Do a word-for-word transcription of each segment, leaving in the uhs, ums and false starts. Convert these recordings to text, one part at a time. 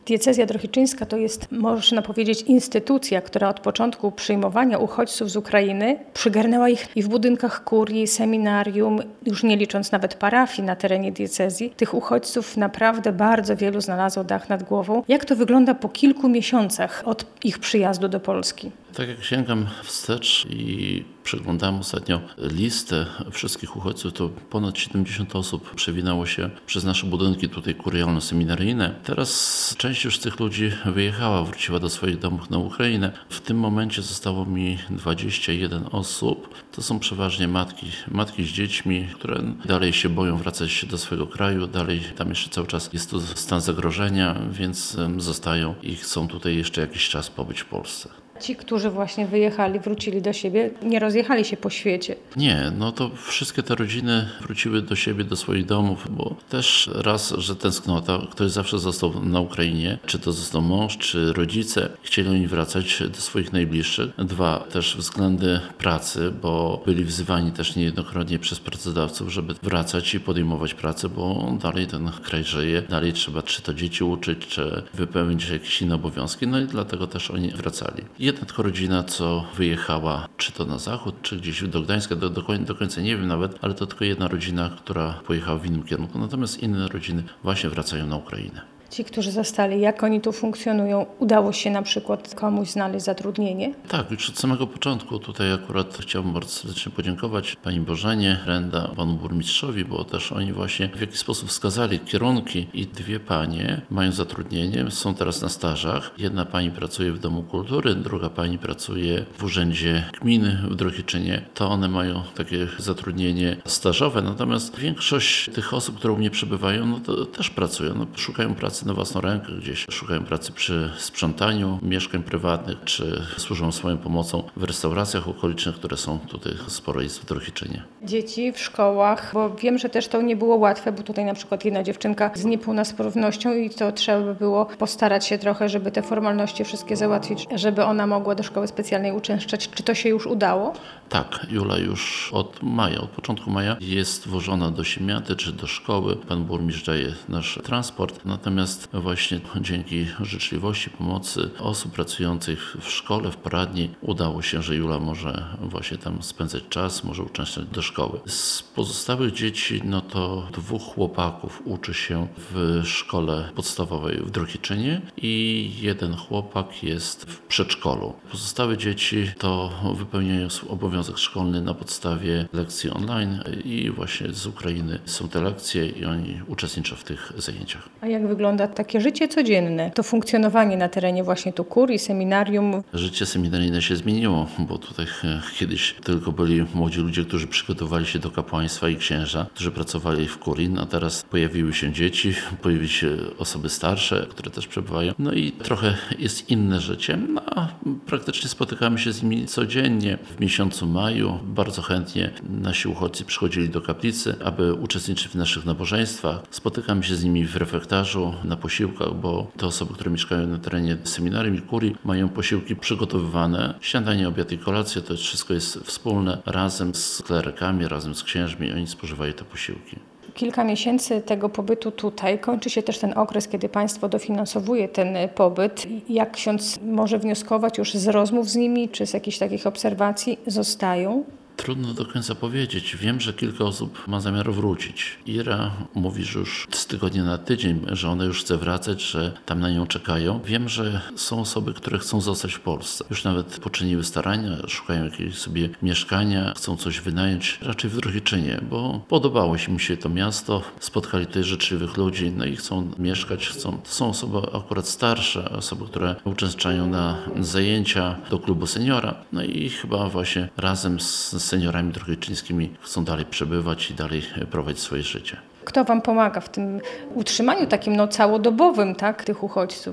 Diecezja drohiczyńska to jest, można powiedzieć, instytucja, która od początku przyjmowania uchodźców z Ukrainy przygarnęła ich i w budynkach kurii, seminarium, już nie licząc nawet parafii na terenie diecezji. Tych uchodźców naprawdę bardzo wielu znalazło dach nad głową. Jak to wygląda po kilku miesiącach od ich przyjazdu do Polski? Tak jak sięgam wstecz i przeglądam ostatnio listę wszystkich uchodźców, to ponad siedemdziesiąt osób przewinęło się przez nasze budynki tutaj kurialno-seminaryjne. Teraz część już z tych ludzi wyjechała, wróciła do swoich domów na Ukrainę. W tym momencie zostało mi dwadzieścia jeden osób. To są przeważnie matki, matki z dziećmi, które dalej się boją wracać do swojego kraju. Dalej tam jeszcze cały czas jest tu stan zagrożenia, więc zostają i chcą tutaj jeszcze jakiś czas pobyć w Polsce. Ci, którzy właśnie wyjechali, wrócili do siebie, nie rozjechali się po świecie. Nie, no to wszystkie te rodziny wróciły do siebie, do swoich domów, bo też raz, że tęsknota, ktoś zawsze został na Ukrainie, czy to został mąż, czy rodzice, chcieli oni wracać do swoich najbliższych. Dwa, też względy pracy, bo byli wzywani też niejednokrotnie przez pracodawców, żeby wracać i podejmować pracę, bo dalej ten kraj żyje, dalej trzeba czy to dzieci uczyć, czy wypełnić jakieś inne obowiązki, no i dlatego też oni wracali. Jedna tylko rodzina, co wyjechała, czy to na zachód, czy gdzieś do Gdańska, do, do, do końca nie wiem nawet, ale to tylko jedna rodzina, która pojechała w innym kierunku. Natomiast inne rodziny właśnie wracają na Ukrainę. Ci, którzy zostali, jak oni tu funkcjonują? Udało się na przykład komuś znaleźć zatrudnienie? Tak, już od samego początku. Tutaj akurat chciałbym bardzo serdecznie podziękować pani Bożenie Renda, panu burmistrzowi, bo też oni właśnie w jakiś sposób wskazali kierunki i dwie panie mają zatrudnienie, są teraz na stażach. Jedna pani pracuje w Domu Kultury, druga pani pracuje w Urzędzie Gminy w Drohiczynie. To one mają takie zatrudnienie stażowe, natomiast większość tych osób, które u mnie przebywają, no to też pracują, no, szukają pracy na własną rękę, gdzieś szukają pracy przy sprzątaniu mieszkań prywatnych, czy służą swoją pomocą w restauracjach okolicznych, które są tutaj sporo jest w Drohiczynie. Dzieci w szkołach, bo wiem, że też to nie było łatwe, bo tutaj na przykład jedna dziewczynka z niepełnosprawnością i to trzeba by było postarać się trochę, żeby te formalności wszystkie załatwić, żeby ona mogła do szkoły specjalnej uczęszczać. Czy to się już udało? Tak, Jula już od maja, od początku maja jest wożona do Siemiaty czy do szkoły. Pan burmistrz daje nasz transport, natomiast właśnie dzięki życzliwości, pomocy osób pracujących w szkole, w poradni udało się, że Jula może właśnie tam spędzać czas, może uczęszczać do szkoły. Z pozostałych dzieci, no to dwóch chłopaków uczy się w szkole podstawowej w Drohiczynie i jeden chłopak jest w przedszkolu. Pozostałe dzieci to wypełniają obowiązek szkolny na podstawie lekcji online i właśnie z Ukrainy są te lekcje i oni uczestniczą w tych zajęciach. A jak wygląda takie życie codzienne? To funkcjonowanie na terenie właśnie tu kurii, seminarium? Życie seminaryjne się zmieniło, bo tutaj kiedyś tylko byli młodzi ludzie, którzy przygotowali się do kapłaństwa i księża, którzy pracowali w kurii, a teraz pojawiły się dzieci, pojawiły się osoby starsze, które też przebywają. No i trochę jest inne życie, no, a praktycznie spotykamy się z nimi codziennie. W miesiącu maju bardzo chętnie nasi uchodźcy przychodzili do kaplicy, aby uczestniczyć w naszych nabożeństwach. Spotykamy się z nimi w refektarzu, na posiłkach, bo te osoby, które mieszkają na terenie seminarium i kurii, mają posiłki przygotowywane. Śniadanie, obiad i kolację, to wszystko jest wspólne, razem z klerykami, razem z księżmi, oni spożywają te posiłki. Kilka miesięcy tego pobytu tutaj, kończy się też ten okres, kiedy państwo dofinansowuje ten pobyt. Jak ksiądz może wnioskować już z rozmów z nimi, czy z jakichś takich obserwacji, zostają? Trudno do końca powiedzieć. Wiem, że kilka osób ma zamiar wrócić. Ira mówi, że już z tygodnia na tydzień, że ona już chce wracać, że tam na nią czekają. Wiem, że są osoby, które chcą zostać w Polsce. Już nawet poczyniły starania, szukają jakiegoś sobie mieszkania, chcą coś wynająć, raczej w Drohiczynie, bo podobało się mi się to miasto. Spotkali tutaj życzliwych ludzi, no i chcą mieszkać, chcą. To są osoby akurat starsze, osoby, które uczęszczają na zajęcia do klubu seniora. No i chyba właśnie razem z seniorami drohiczyńskimi chcą dalej przebywać i dalej prowadzić swoje życie. Kto wam pomaga w tym utrzymaniu takim no, całodobowym, tak, tych uchodźców?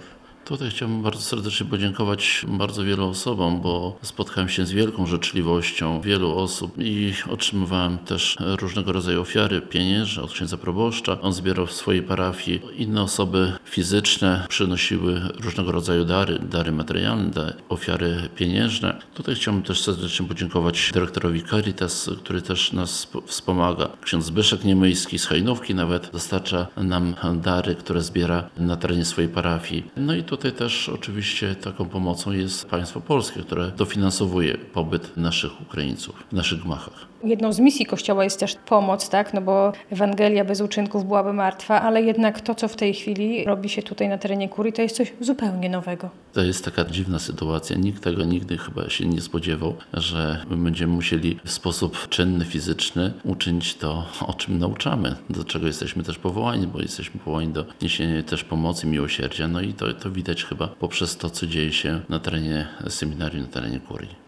Tutaj chciałbym bardzo serdecznie podziękować bardzo wielu osobom, bo spotkałem się z wielką życzliwością wielu osób i otrzymywałem też różnego rodzaju ofiary pieniężne od księdza proboszcza. On zbierał w swojej parafii. Inne osoby fizyczne przynosiły różnego rodzaju dary, dary materialne, dary, ofiary pieniężne. Tutaj chciałbym też serdecznie podziękować dyrektorowi Caritas, który też nas wspomaga. Ksiądz Zbyszek Niemyjski z Hajnówki nawet dostarcza nam dary, które zbiera na terenie swojej parafii. No i tutaj też oczywiście taką pomocą jest państwo polskie, które dofinansowuje pobyt naszych Ukraińców w naszych gmachach. Jedną z misji Kościoła jest też pomoc, tak? No bo Ewangelia bez uczynków byłaby martwa, ale jednak to, co w tej chwili robi się tutaj na terenie kurii, to jest coś zupełnie nowego. To jest taka dziwna sytuacja. Nikt tego nigdy chyba się nie spodziewał, że my będziemy musieli w sposób czynny, fizyczny uczynić to, o czym nauczamy, do czego jesteśmy też powołani, bo jesteśmy powołani do niesienia też pomocy, miłosierdzia. No i to, to widać chyba poprzez to, co dzieje się na terenie seminarium, na terenie kurii.